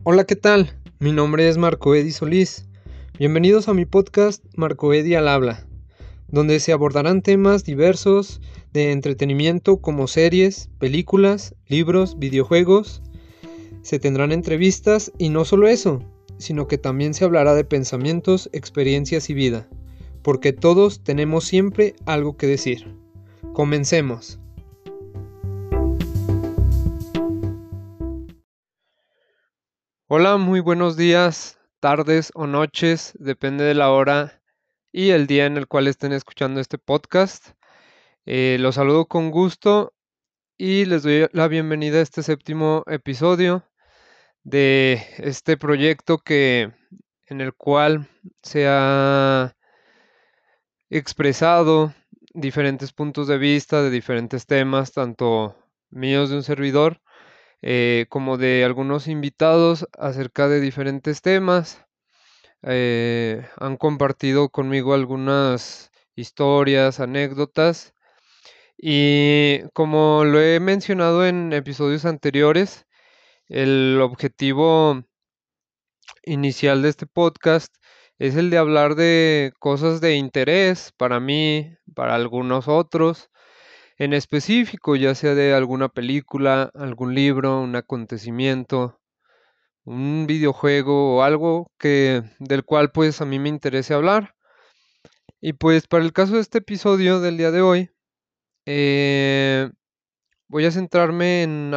Hola, ¿qué tal? Mi nombre es Marco Edi Solís. Bienvenidos a mi podcast Marco Edi al habla, donde se abordarán temas diversos de entretenimiento como series, películas, libros, videojuegos. Se tendrán entrevistas y no solo eso, sino que también se hablará de pensamientos, experiencias y vida, porque todos tenemos siempre algo que decir. Comencemos. Hola, muy buenos días, tardes o noches, depende de la hora y el día en el cual estén escuchando este podcast. Los saludo con gusto y les doy la bienvenida a este séptimo episodio de este proyecto en el cual se ha expresado diferentes puntos de vista de diferentes temas, tanto míos de un servidor como de algunos invitados acerca de diferentes temas. Han compartido conmigo algunas historias, anécdotas y como lo he mencionado en episodios anteriores, el objetivo inicial de este podcast es el de hablar de cosas de interés para mí, para algunos otros, en específico, ya sea de alguna película, algún libro, un acontecimiento, un videojuego o algo del cual pues a mí me interese hablar. Y pues para el caso de este episodio del día de hoy, eh, voy a centrarme en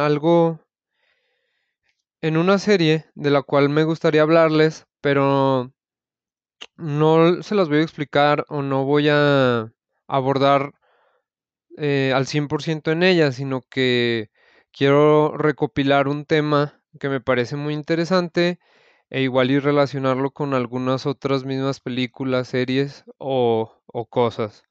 en una serie de la cual me gustaría hablarles, pero no se las voy a explicar o no voy a abordar al 100% en ella, sino que quiero recopilar un tema que me parece muy interesante e igual y relacionarlo con algunas otras mismas películas, series o cosas.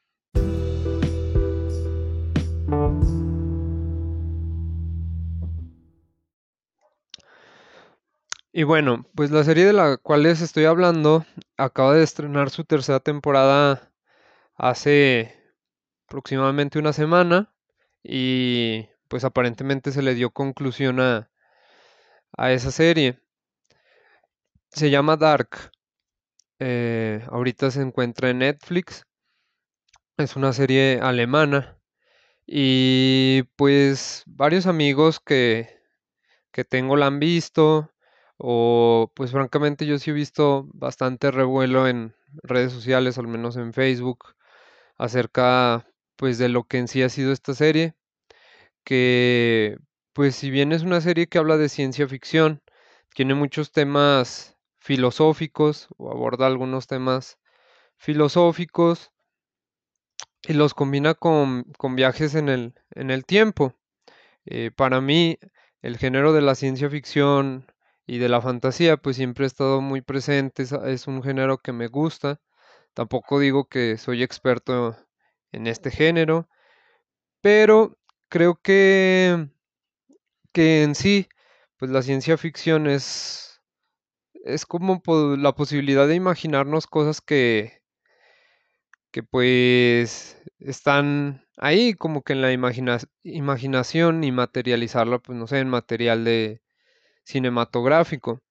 Y bueno, pues la serie de la cual les estoy hablando acaba de estrenar su tercera temporada hace aproximadamente una semana y pues aparentemente se le dio conclusión a esa serie. Se llama Dark. Ahorita se encuentra en Netflix. Es una serie alemana y pues varios amigos que tengo la han visto o pues francamente yo sí he visto bastante revuelo en redes sociales, al menos en Facebook, acerca pues de lo que en sí ha sido esta serie, que pues si bien es una serie que habla de ciencia ficción, tiene muchos temas filosóficos o aborda algunos temas filosóficos y los combina con viajes en en el tiempo. Para mí, el género de la ciencia ficción y de la fantasía, pues siempre ha estado muy presente, es un género que me gusta. Tampoco digo que soy experto en este género, pero creo que en sí, pues la ciencia ficción es como la posibilidad de imaginarnos cosas que pues están ahí como que en la imaginación y materializarla, pues no sé, en material de cinematográfico.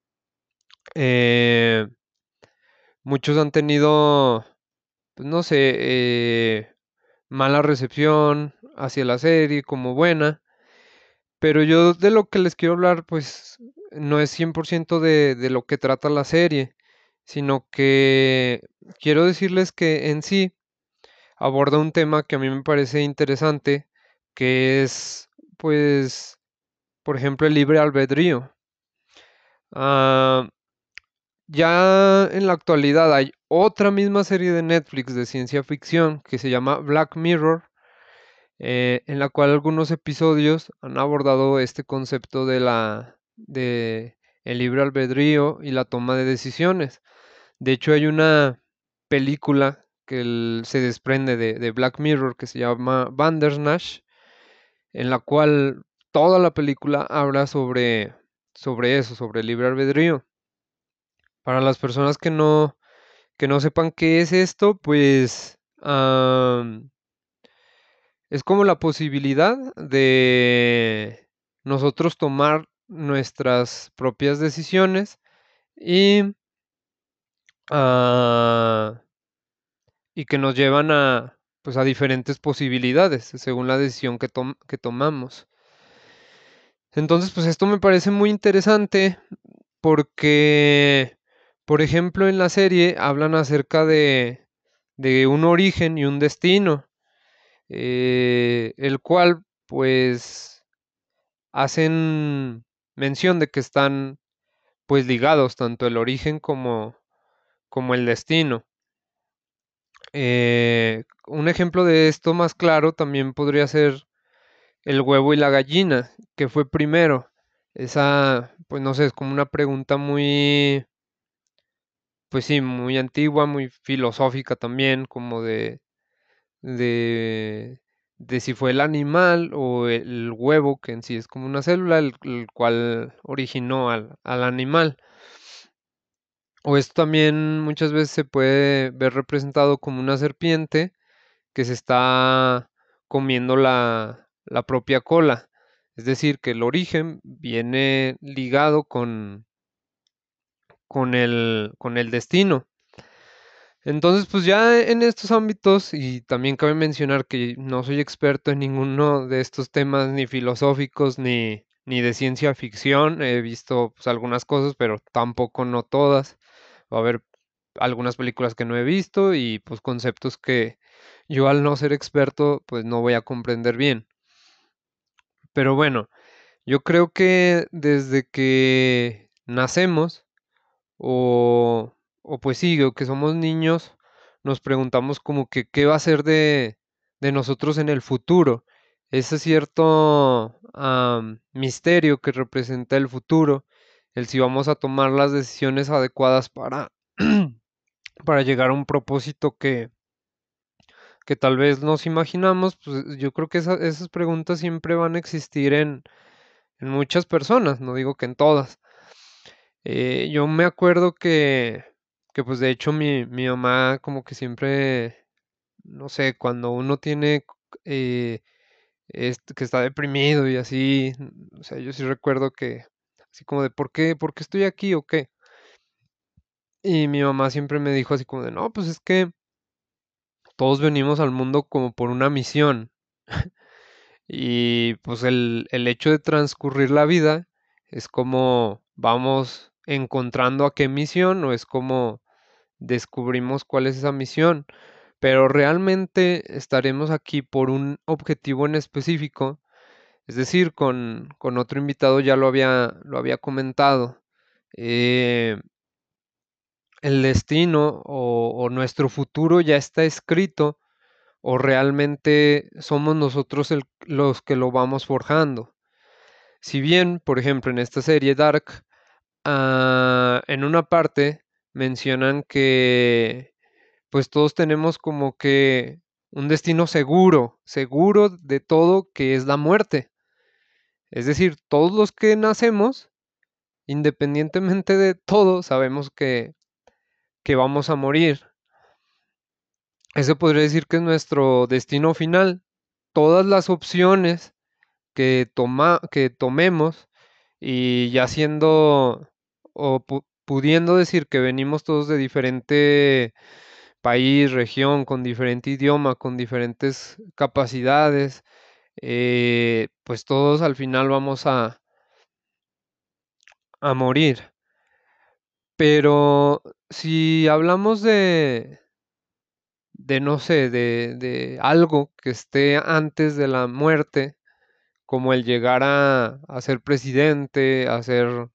Eh, Muchos han tenido, pues no sé, mala recepción hacia la serie como buena, pero yo de lo que les quiero hablar, pues no es 100% de lo que trata la serie, sino que quiero decirles que en sí aborda un tema que a mí me parece interesante, que es, pues, por ejemplo, el libre albedrío. Ah, ya en la actualidad hay otra misma serie de Netflix de ciencia ficción que se llama Black Mirror, en la cual algunos episodios han abordado este concepto de el libre albedrío y la toma de decisiones. De hecho, hay una película que se desprende de Black Mirror que se llama Bandersnatch, en la cual toda la película habla sobre eso, sobre el libre albedrío. Para las personas que no sepan qué es esto, pues es como la posibilidad de nosotros tomar nuestras propias decisiones y, ah, y que nos llevan a, pues, a diferentes posibilidades según la decisión que tomamos. Entonces, pues esto me parece muy interesante porque, por ejemplo, en la serie hablan acerca de un origen y un destino, el cual, pues, hacen mención de que están, pues, ligados tanto el origen como el destino. Un ejemplo de esto más claro también podría ser el huevo y la gallina, que fue primero. Esa, pues no sé, es como una pregunta muy, pues sí, muy antigua, muy filosófica también, como de, de si fue el animal o el huevo, que en sí es como una célula, el cual originó al animal. O esto también muchas veces se puede ver representado como una serpiente que se está comiendo la propia cola. Es decir, que el origen viene ligado con el destino. Entonces, pues ya en estos ámbitos, y también cabe mencionar que no soy experto en ninguno de estos temas, ni filosóficos, ni de ciencia ficción. He visto pues, algunas cosas, pero tampoco no todas. Va a haber algunas películas que no he visto y pues conceptos que yo al no ser experto, pues no voy a comprender bien. Pero bueno, yo creo que desde que nacemos, o pues sí, o que somos niños, nos preguntamos como que qué va a ser de nosotros en el futuro. Ese cierto misterio que representa el futuro, el si vamos a tomar las decisiones adecuadas para llegar a un propósito que tal vez nos imaginamos, pues yo creo que esas preguntas siempre van a existir en muchas personas, no digo que en todas. Yo me acuerdo que pues de hecho mi mamá como que siempre, no sé, cuando uno tiene que está deprimido y así, o sea, yo sí recuerdo que así como de ¿por qué estoy aquí o qué? Y mi mamá siempre me dijo así como de, no, pues es que todos venimos al mundo como por una misión. Y pues el hecho de transcurrir la vida es como vamos encontrando a qué misión o es como descubrimos cuál es esa misión, pero realmente estaremos aquí por un objetivo en específico, es decir, con otro invitado ya lo había comentado. eh, el destino o nuestro futuro ya está escrito o realmente somos nosotros los que lo vamos forjando. Si bien, por ejemplo, en esta serie Dark, en una parte mencionan que pues todos tenemos como que un destino seguro, seguro de todo que es la muerte. Es decir, todos los que nacemos, independientemente de todo, sabemos que vamos a morir. Ese podría decir que es nuestro destino final. Todas las opciones que tomemos y ya siendo o pudiendo decir que venimos todos de diferente país, región, con diferente idioma, con diferentes capacidades, pues todos al final vamos a morir. Pero si hablamos de no sé, de algo que esté antes de la muerte, como el llegar a ser presidente, a ser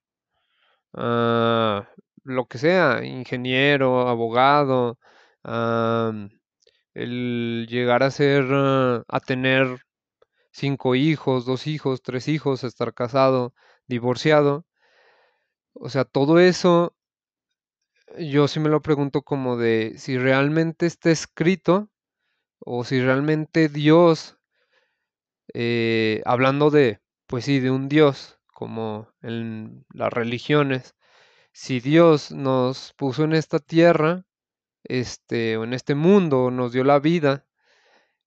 lo que sea, ingeniero, abogado, am, el llegar a ser, a tener 5 hijos, 2 hijos, 3 hijos, estar casado, divorciado. O sea, todo eso yo sí me lo pregunto como de si realmente está escrito o si realmente Dios, hablando de, pues sí, de un Dios, como en las religiones, si Dios nos puso en esta tierra, o en este mundo, nos dio la vida,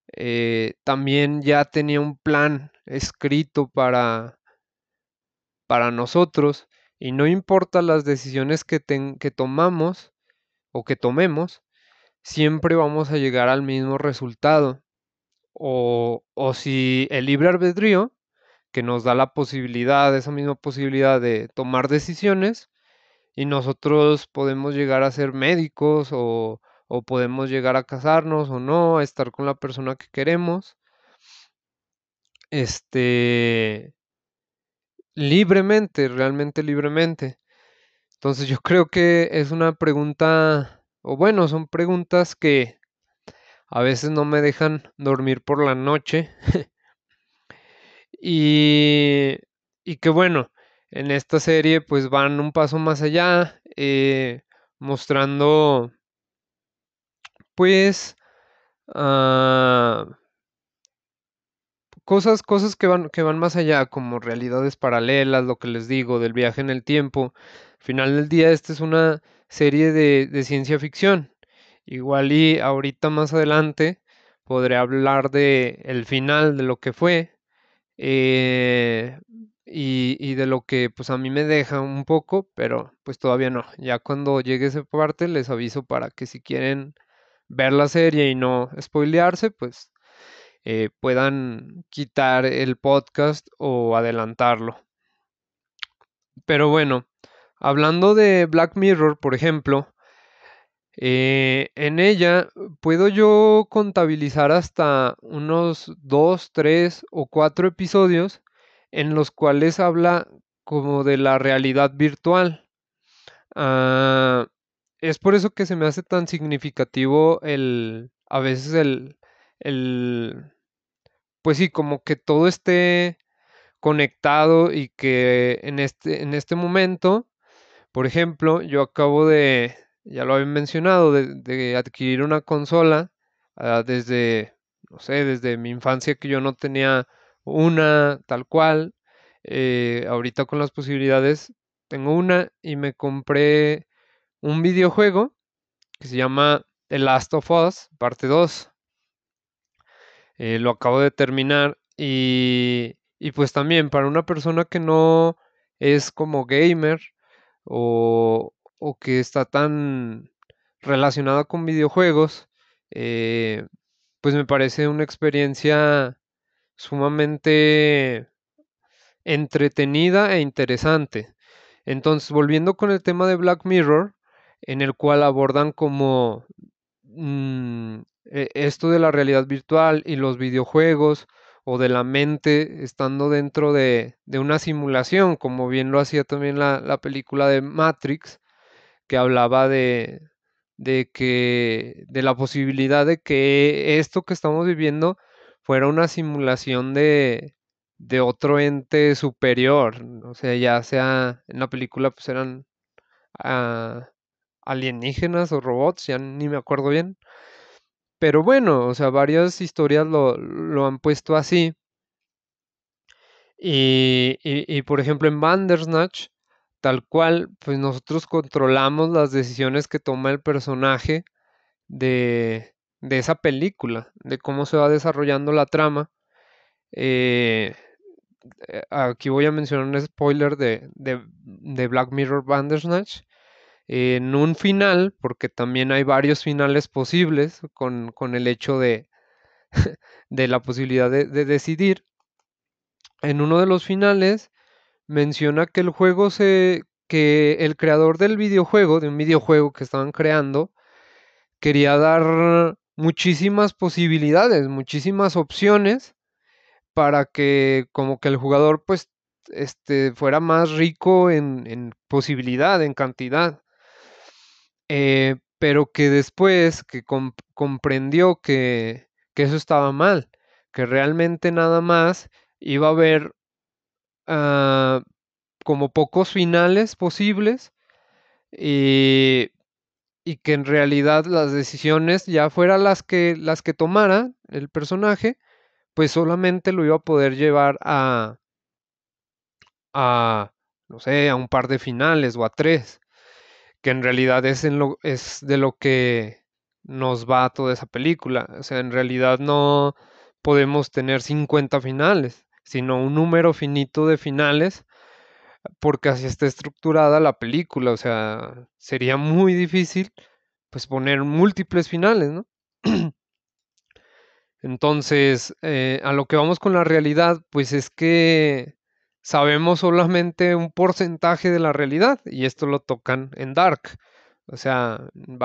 también ya tenía un plan escrito para nosotros y no importa las decisiones que tomamos o que tomemos, siempre vamos a llegar al mismo resultado. O si el libre albedrío, que nos da la posibilidad, esa misma posibilidad de tomar decisiones, y nosotros podemos llegar a ser médicos o podemos llegar a casarnos o no, a estar con la persona que queremos, este, libremente, realmente libremente. Entonces yo creo que es una pregunta, o bueno, son preguntas que a veces no me dejan dormir por la noche y, y que bueno, en esta serie pues van un paso más allá, mostrando pues ah, cosas que van más allá, como realidades paralelas, lo que les digo, del viaje en el tiempo. Al final del día, esta es una serie de ciencia ficción. Igual y ahorita más adelante podré hablar de el final de lo que fue eh, y de lo que pues a mí me deja un poco, pero pues todavía no. Ya cuando llegue esa parte les aviso para que si quieren ver la serie y no spoilearse, pues puedan quitar el podcast o adelantarlo. Pero bueno, hablando de Black Mirror, por ejemplo, en ella puedo yo contabilizar hasta unos 2, 3 o 4 episodios en los cuales habla como de la realidad virtual. Ah, es por eso que se me hace tan significativo a veces el, pues sí, como que todo esté conectado y que en este momento, por ejemplo, yo acabo de, ya lo había mencionado, de adquirir una consola desde, no sé, desde mi infancia que yo no tenía una tal cual. Ahorita con las posibilidades tengo una y me compré un videojuego que se llama The Last of Us, parte 2. Lo acabo de terminar y pues también para una persona que no es como gamer o que está tan relacionada con videojuegos, eh, pues me parece una experiencia sumamente entretenida e interesante. Entonces, volviendo con el tema de Black Mirror, en el cual abordan como esto de la realidad virtual y los videojuegos o de la mente estando dentro de una simulación, como bien lo hacía también la película de Matrix, que hablaba de la posibilidad de que esto que estamos viviendo fuera una simulación de otro ente superior. O sea, ya sea en la película pues eran ah, alienígenas o robots, ya ni me acuerdo bien. Pero bueno, o sea, varias historias lo han puesto así. Y, por ejemplo, en Bandersnatch, tal cual, pues nosotros controlamos las decisiones que toma el personaje de esa película, de cómo se va desarrollando la trama. Eh, Aquí voy a mencionar un spoiler de Black Mirror Bandersnatch. En un final, porque también hay varios finales posibles con el hecho de la posibilidad de decidir. En uno de los finales menciona que que el creador del videojuego, de un videojuego que estaban creando, quería dar muchísimas posibilidades, muchísimas opciones para que como que el jugador pues fuera más rico en posibilidad, en cantidad. Pero que después que comprendió que eso estaba mal, que realmente nada más iba a haber ah, como pocos finales posibles y, y que en realidad las decisiones ya fueran las que tomara el personaje, pues solamente lo iba a poder llevar a, no sé, a un par de finales o a tres, que en realidad es de lo que nos va toda esa película. O sea, en realidad no podemos tener 50 finales, sino un número finito de finales porque así está estructurada la película, o sea, sería muy difícil pues poner múltiples finales, ¿no? Entonces, a lo que vamos con la realidad, pues es que sabemos solamente un porcentaje de la realidad y esto lo tocan en Dark. O sea,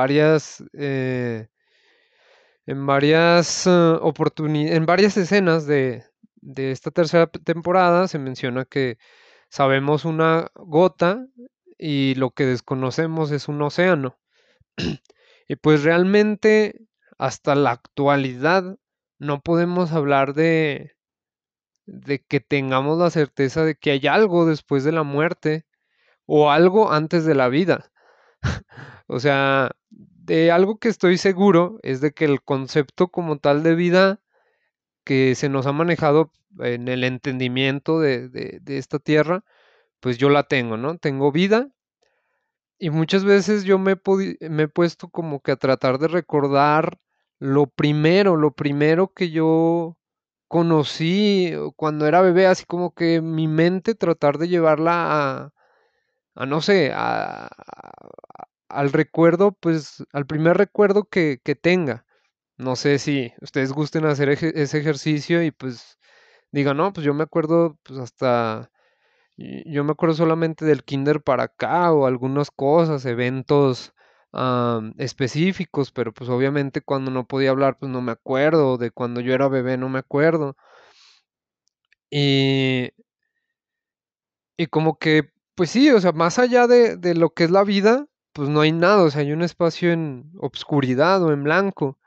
en varias escenas de esta tercera temporada se menciona que sabemos una gota y lo que desconocemos es un océano. Y pues realmente hasta la actualidad no podemos hablar de que tengamos la certeza de que hay algo después de la muerte o algo antes de la vida. O sea, de algo que estoy seguro es de que el concepto como tal de vida que se nos ha manejado en el entendimiento de esta tierra, pues yo la tengo, ¿no? Tengo vida y muchas veces yo me he puesto como que a tratar de recordar lo primero que yo conocí cuando era bebé, así como que mi mente tratar de llevarla a no sé, al recuerdo, pues al primer recuerdo que tenga. No sé si ustedes gusten hacer ese ejercicio y pues digan, no, pues yo me acuerdo, pues hasta, yo me acuerdo solamente del kinder para acá o algunas cosas, eventos específicos, pero pues obviamente cuando no podía hablar, pues no me acuerdo, de cuando yo era bebé no me acuerdo. Y, y como que, pues sí, o sea, más allá de lo que es la vida, pues no hay nada, o sea, hay un espacio en obscuridad o en blanco.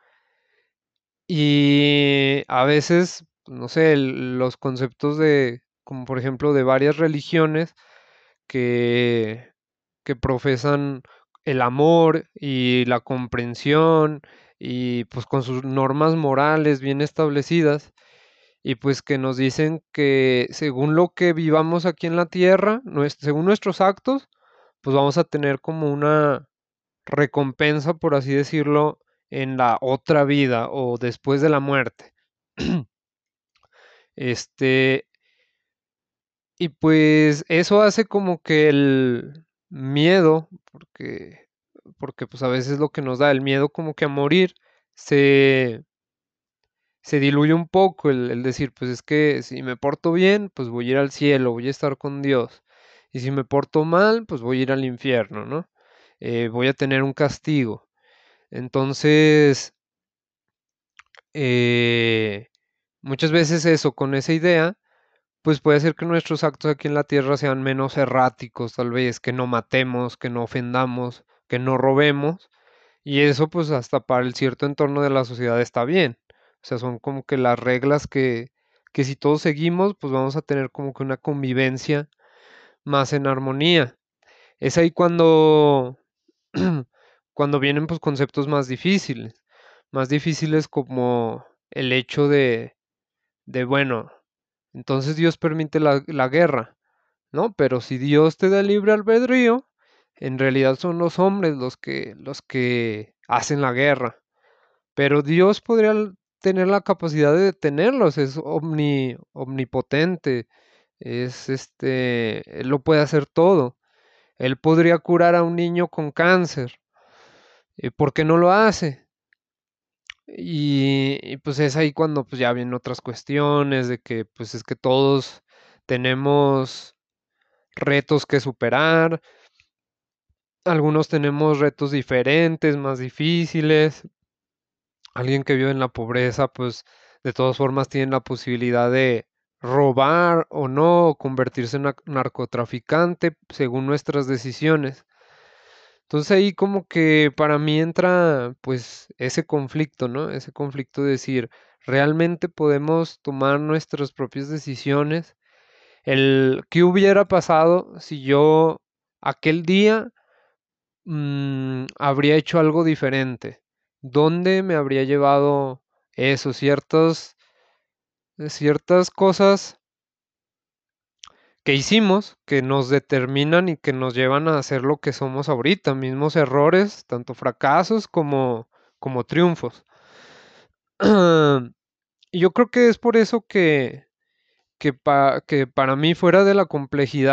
Y a veces, no sé, los conceptos de, como por ejemplo, de varias religiones que, que profesan el amor y la comprensión y pues con sus normas morales bien establecidas y pues que nos dicen que según lo que vivamos aquí en la tierra, según nuestros actos, pues vamos a tener como una recompensa, por así decirlo, en la otra vida o después de la muerte. Este, y pues eso hace como que el miedo, porque pues a veces lo que nos da el miedo como que a morir, se, se diluye un poco el decir, pues es que si me porto bien, pues voy a ir al cielo, voy a estar con Dios. Y si me porto mal, pues voy a ir al infierno, ¿no? Voy a tener un castigo. Entonces, eh, muchas veces eso, con esa idea, pues puede ser que nuestros actos aquí en la tierra sean menos erráticos, tal vez, que no matemos, que no ofendamos, que no robemos, y eso pues hasta para el cierto entorno de la sociedad está bien. O sea, son como que las reglas que si todos seguimos, pues vamos a tener como que una convivencia más en armonía. Es ahí cuando, cuando vienen pues conceptos más difíciles como el hecho de bueno, entonces Dios permite la guerra, ¿no? Pero si Dios te da libre albedrío, en realidad son los hombres los que hacen la guerra. Pero Dios podría tener la capacidad de detenerlos, es omnipotente, Él lo puede hacer todo. Él podría curar a un niño con cáncer. ¿Por qué no lo hace? Y pues es ahí cuando pues ya vienen otras cuestiones de que pues es que todos tenemos retos que superar, algunos tenemos retos diferentes, más difíciles, alguien que vive en la pobreza pues de todas formas tiene la posibilidad de robar o no, o convertirse en narcotraficante según nuestras decisiones. Entonces ahí como que para mí entra pues ese conflicto, ¿no? Ese conflicto de decir, ¿realmente podemos tomar nuestras propias decisiones? El qué hubiera pasado si yo aquel día habría hecho algo diferente. ¿Dónde me habría llevado eso? Ciertas cosas que hicimos que nos determinan y que nos llevan a hacer lo que somos ahorita, mismos errores, tanto fracasos como triunfos. Y yo creo que es por eso que para mí fuera de la complejidad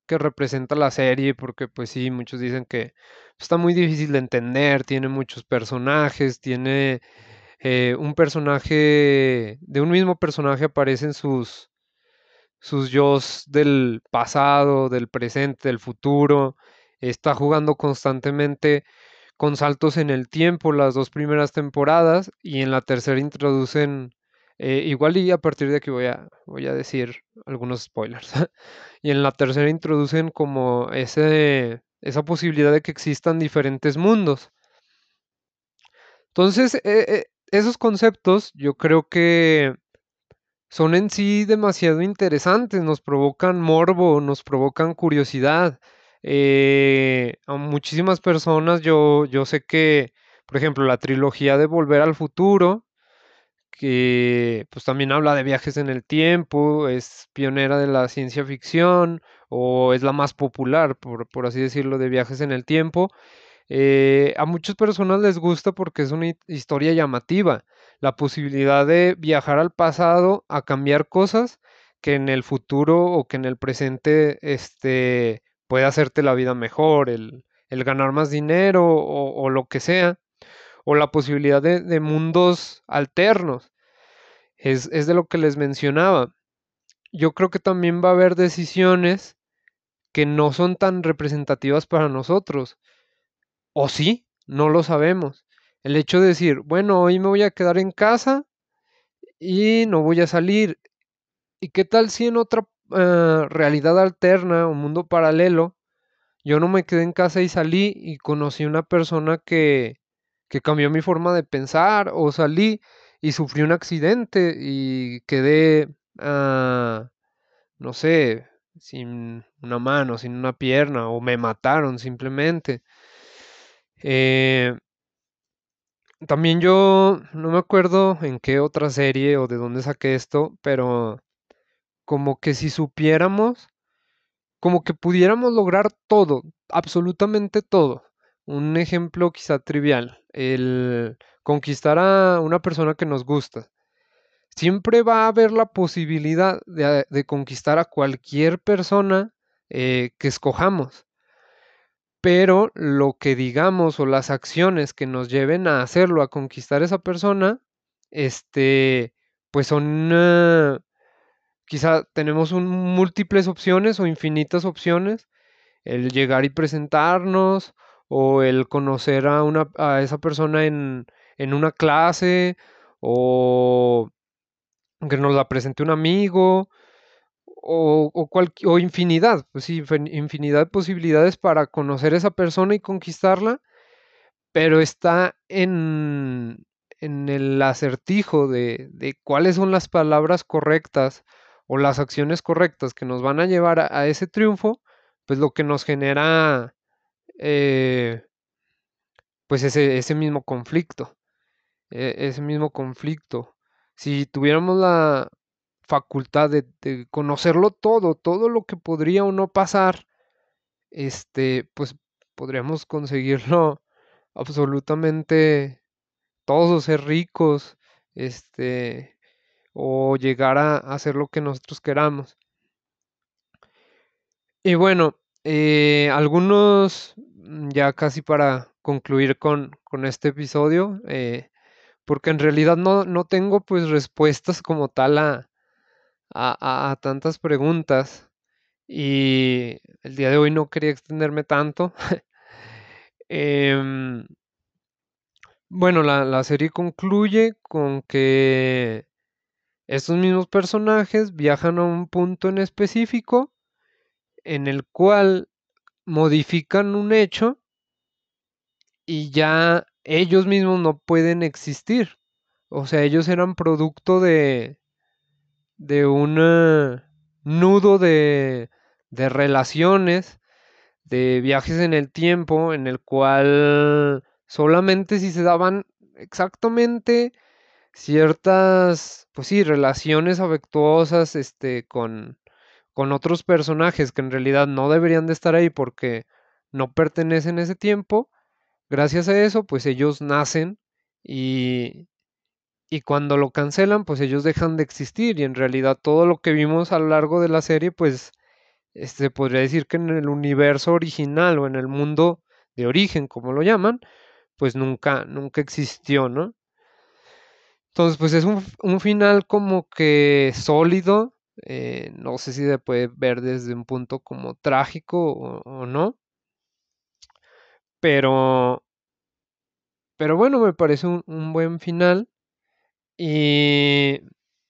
que representa la serie, porque pues sí, muchos dicen que está muy difícil de entender, tiene muchos personajes, tiene un personaje, de un mismo personaje aparecen sus yos del pasado, del presente, del futuro, está jugando constantemente con saltos en el tiempo las dos primeras temporadas y en la tercera introducen, igual y a partir de aquí voy a decir algunos spoilers, y en la tercera introducen como esa posibilidad de que existan diferentes mundos. Entonces, esos conceptos yo creo que son en sí demasiado interesantes, nos provocan morbo, nos provocan curiosidad. A muchísimas personas yo sé que, por ejemplo, la trilogía de Volver al Futuro, que pues también habla de viajes en el tiempo, es pionera de la ciencia ficción o es la más popular, por así decirlo, de viajes en el tiempo. A muchas personas les gusta porque es una historia llamativa, la posibilidad de viajar al pasado a cambiar cosas que en el futuro o que en el presente puede hacerte la vida mejor, el ganar más dinero o lo que sea, o la posibilidad de mundos alternos. Es de lo que les mencionaba. Yo creo que también va a haber decisiones que no son tan representativas para nosotros. O sí, no lo sabemos. El hecho de decir, bueno, hoy me voy a quedar en casa y no voy a salir. ¿Y qué tal si en otra realidad alterna o mundo paralelo, yo no me quedé en casa y salí y conocí una persona que cambió mi forma de pensar o salí y sufrí un accidente y quedé, no sé, sin una mano, sin una pierna o me mataron simplemente? Eh, También yo no me acuerdo en qué otra serie o de dónde saqué esto, pero como que si supiéramos, como que pudiéramos lograr todo, absolutamente todo. Un ejemplo quizá trivial, el conquistar a una persona que nos gusta. Siempre va a haber la posibilidad de conquistar a cualquier persona que escojamos, pero lo que digamos o las acciones que nos lleven a hacerlo, a conquistar a esa persona, pues son, quizá tenemos múltiples opciones o infinitas opciones, el llegar y presentarnos o el conocer a esa persona en una clase o que nos la presente un amigo o infinidad, pues sí, infinidad de posibilidades para conocer a esa persona y conquistarla, pero está en el acertijo de cuáles son las palabras correctas o las acciones correctas que nos van a llevar a ese triunfo, pues lo que nos genera eh, pues ese mismo conflicto, ese mismo conflicto. Si tuviéramos la facultad de conocerlo todo, todo lo que podría o no pasar, pues podríamos conseguirlo absolutamente todos, ser ricos, o llegar a hacer lo que nosotros queramos. Y bueno, algunos, ya casi para concluir con este episodio, porque en realidad no tengo pues respuestas como tal a tantas preguntas y el día de hoy no quería extenderme tanto. Em, bueno, la serie concluye con que estos mismos personajes viajan a un punto en específico en el cual modifican un hecho y ya ellos mismos no pueden existir. O sea, ellos eran producto de un nudo de relaciones, de viajes en el tiempo, en el cual solamente si se daban exactamente ciertas, pues sí, relaciones afectuosas, con otros personajes que en realidad no deberían de estar ahí porque no pertenecen a ese tiempo, gracias a eso, pues ellos nacen y, y cuando lo cancelan, pues ellos dejan de existir y en realidad todo lo que vimos a lo largo de la serie, pues se podría decir que en el universo original o en el mundo de origen, como lo llaman, pues nunca existió, ¿no? Entonces, pues es un final como que sólido, no sé si se puede ver desde un punto como trágico o no, pero, pero bueno, me parece un buen final y,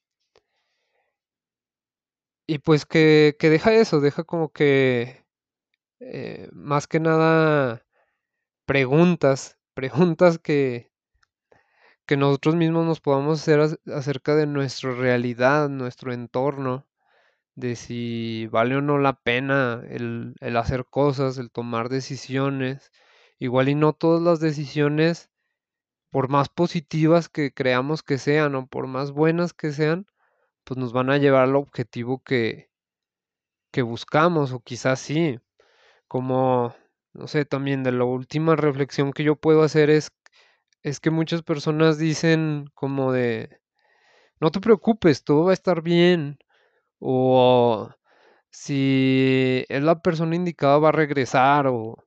y pues que deja eso, deja como que más que nada preguntas que nosotros mismos nos podamos hacer acerca de nuestra realidad, nuestro entorno, de si vale o no la pena el hacer cosas, el tomar decisiones. Igual y no todas las decisiones, por más positivas que creamos que sean o por más buenas que sean, pues nos van a llevar al objetivo que buscamos, o quizás sí, como, no sé, también de la última reflexión que yo puedo hacer es que muchas personas dicen como de, no te preocupes, todo va a estar bien, o si es la persona indicada va a regresar,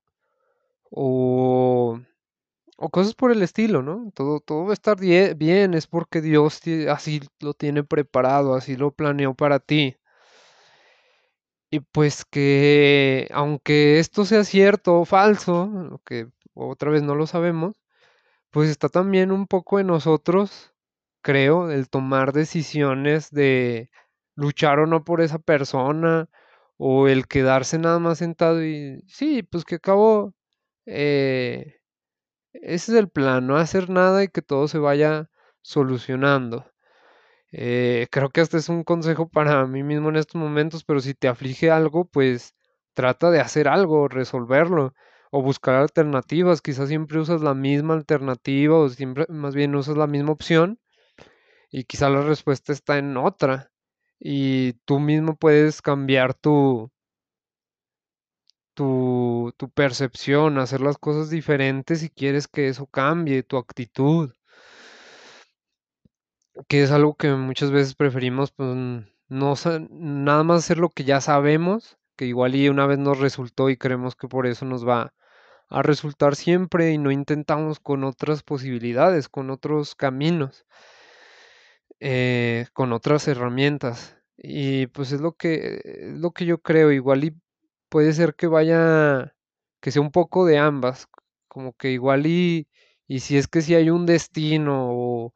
o, o cosas por el estilo, ¿no? Todo va a estar bien, es porque Dios así lo tiene preparado, así lo planeó para ti. Y pues que aunque esto sea cierto o falso, lo que otra vez no lo sabemos, pues está también un poco en nosotros, creo, el tomar decisiones de luchar o no por esa persona, o el quedarse nada más sentado y sí, pues que acabo, eh, ese es el plan, no hacer nada y que todo se vaya solucionando. Creo que este es un consejo para mí mismo en estos momentos, pero si te aflige algo, pues trata de hacer algo, resolverlo o buscar alternativas. Quizás siempre usas la misma alternativa o siempre más bien usas la misma opción y quizás la respuesta está en otra. Y tú mismo puedes cambiar tu percepción, hacer las cosas diferentes si quieres que eso cambie, tu actitud. Que es algo que muchas veces preferimos, pues, no nada más hacer lo que ya sabemos, que igual y una vez nos resultó y creemos que por eso nos va a resultar siempre y no intentamos con otras posibilidades, con otros caminos, con otras herramientas. Y pues es lo que yo creo, igual y puede ser que vaya, que sea un poco de ambas, como que igual y si es que si hay un destino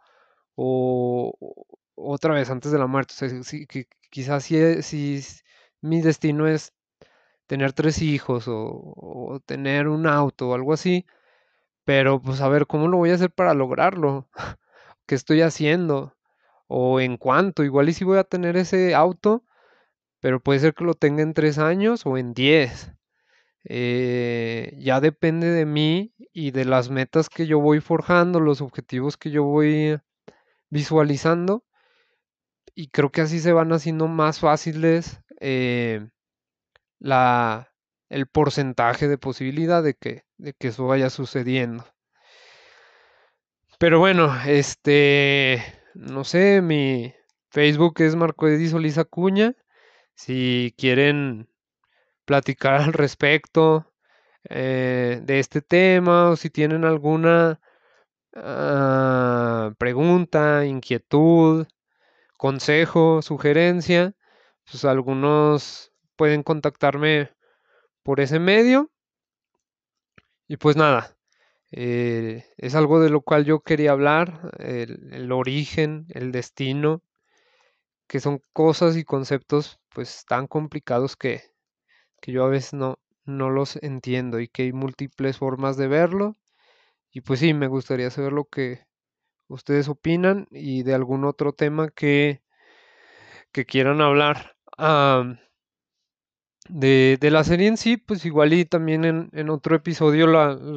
o otra vez antes de la muerte. O sea, quizás si mi destino es tener tres hijos o tener un auto o algo así, pero pues a ver, ¿cómo lo voy a hacer para lograrlo? ¿Qué estoy haciendo? O en cuánto, igual y si voy a tener ese auto, pero puede ser que lo tenga en 3 años o en 10. Ya depende de mí y de las metas que yo voy forjando, los objetivos que yo voy visualizando y creo que así se van haciendo más fáciles la, el porcentaje de posibilidad de que eso vaya sucediendo. Pero bueno, no sé, mi Facebook es Marco Eddy Solís Acuña. Si quieren platicar al respecto de este tema o si tienen alguna pregunta, inquietud, consejo, sugerencia, pues algunos pueden contactarme por ese medio. Y pues nada, es algo de lo cual yo quería hablar, el origen, el destino, que son cosas y conceptos pues tan complicados que yo a veces no los entiendo y que hay múltiples formas de verlo. Y pues sí, me gustaría saber lo que ustedes opinan y de algún otro tema que quieran hablar. De la serie en sí, pues igual y también en otro episodio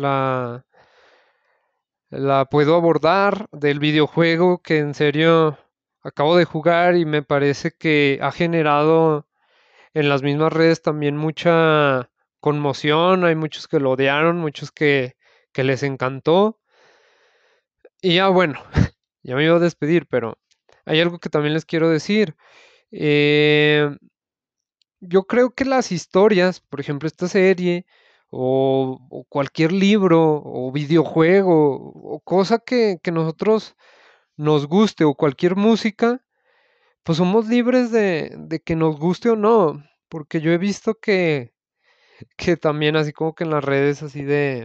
la puedo abordar del videojuego que en serio acabo de jugar y me parece que ha generado en las mismas redes también mucha conmoción. Hay muchos que lo odiaron, muchos que les encantó. Y ya bueno, ya me iba a despedir, pero hay algo que también les quiero decir. Eh, yo creo que las historias, por ejemplo, esta serie, o cualquier libro, o videojuego, o cosa que nosotros nos guste, o cualquier música, pues somos libres de que nos guste o no, porque yo he visto que también así como que en las redes así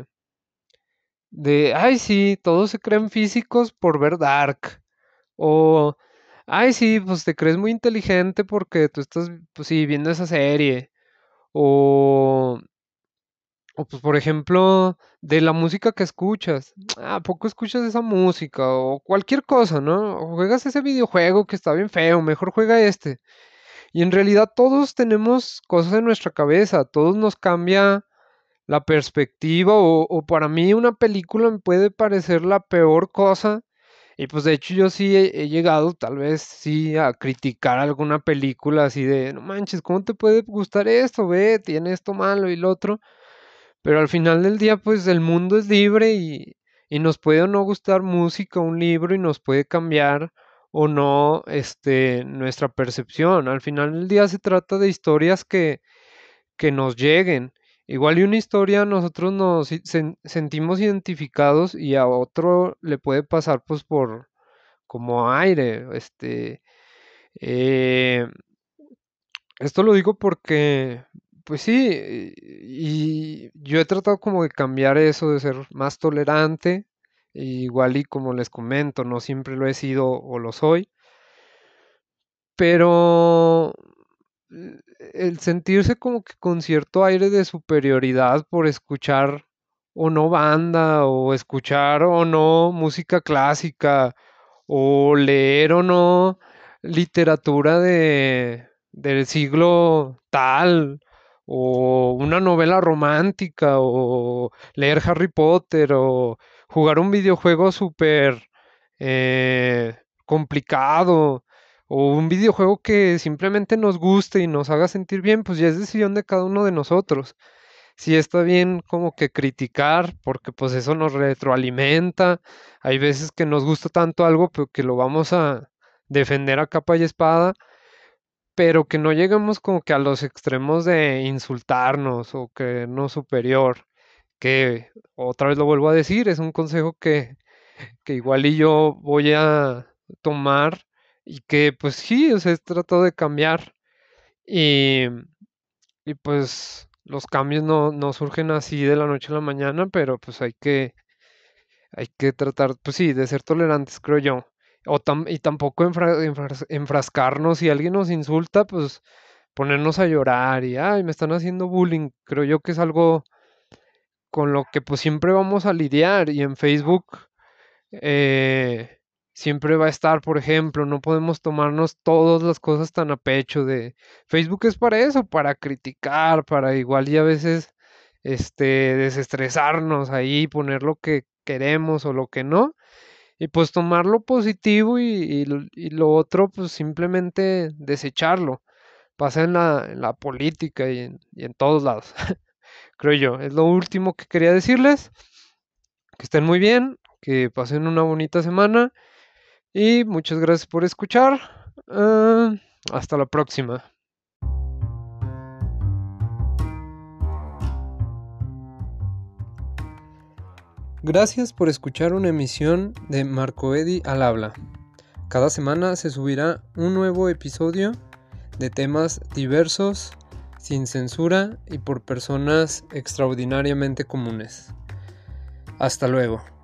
ay sí, todos se creen físicos por ver Dark, o, ay sí, pues te crees muy inteligente porque tú estás, pues sí, viendo esa serie, o, o pues por ejemplo, de la música que escuchas, ¿a poco escuchas esa música? O cualquier cosa, ¿no? O juegas ese videojuego que está bien feo, mejor juega este. Y en realidad todos tenemos cosas en nuestra cabeza, todos nos cambia la perspectiva o para mí una película me puede parecer la peor cosa y pues de hecho yo sí he llegado tal vez sí a criticar alguna película así de no manches, ¿cómo te puede gustar esto? Ve, tiene esto malo y lo otro, pero al final del día pues el mundo es libre y nos puede o no gustar música, un libro y nos puede cambiar o no nuestra percepción. Al final del día se trata de historias que nos lleguen. Igual y una historia nosotros nos sentimos identificados y a otro le puede pasar pues por como aire. Eh, Esto lo digo porque, pues sí, y yo he tratado como de cambiar eso, de ser más tolerante. Igual y como les comento, no siempre lo he sido o lo soy, pero el sentirse como que con cierto aire de superioridad por escuchar o no banda o escuchar o no música clásica o leer o no literatura del siglo tal o una novela romántica o leer Harry Potter o jugar un videojuego súper complicado o un videojuego que simplemente nos guste y nos haga sentir bien, pues ya es decisión de cada uno de nosotros. Sí está bien como que criticar, porque pues eso nos retroalimenta. Hay veces que nos gusta tanto algo, pero que lo vamos a defender a capa y espada, pero que no lleguemos como que a los extremos de insultarnos o creernos superior, que otra vez lo vuelvo a decir, es un consejo que igual y yo voy a tomar y que pues sí, o sea, he tratado de cambiar y, y pues los cambios no surgen así de la noche a la mañana, pero pues hay que tratar, pues sí, de ser tolerantes, creo yo. Y tampoco enfrascarnos, si alguien nos insulta, pues ponernos a llorar y, ay, me están haciendo bullying. Creo yo que es algo con lo que pues siempre vamos a lidiar y en Facebook eh, siempre va a estar, por ejemplo, no podemos tomarnos todas las cosas tan a pecho de Facebook es para eso, para criticar, para igual y a veces desestresarnos ahí, poner lo que queremos o lo que no, y pues tomar lo positivo y lo otro pues simplemente desecharlo. Pasa en la política y en todos lados, creo yo. Es lo último que quería decirles. Que estén muy bien, que pasen una bonita semana y muchas gracias por escuchar. Hasta la próxima. Gracias por escuchar una emisión de Marco Eddy al habla. Cada semana se subirá un nuevo episodio de temas diversos, sin censura y por personas extraordinariamente comunes. Hasta luego.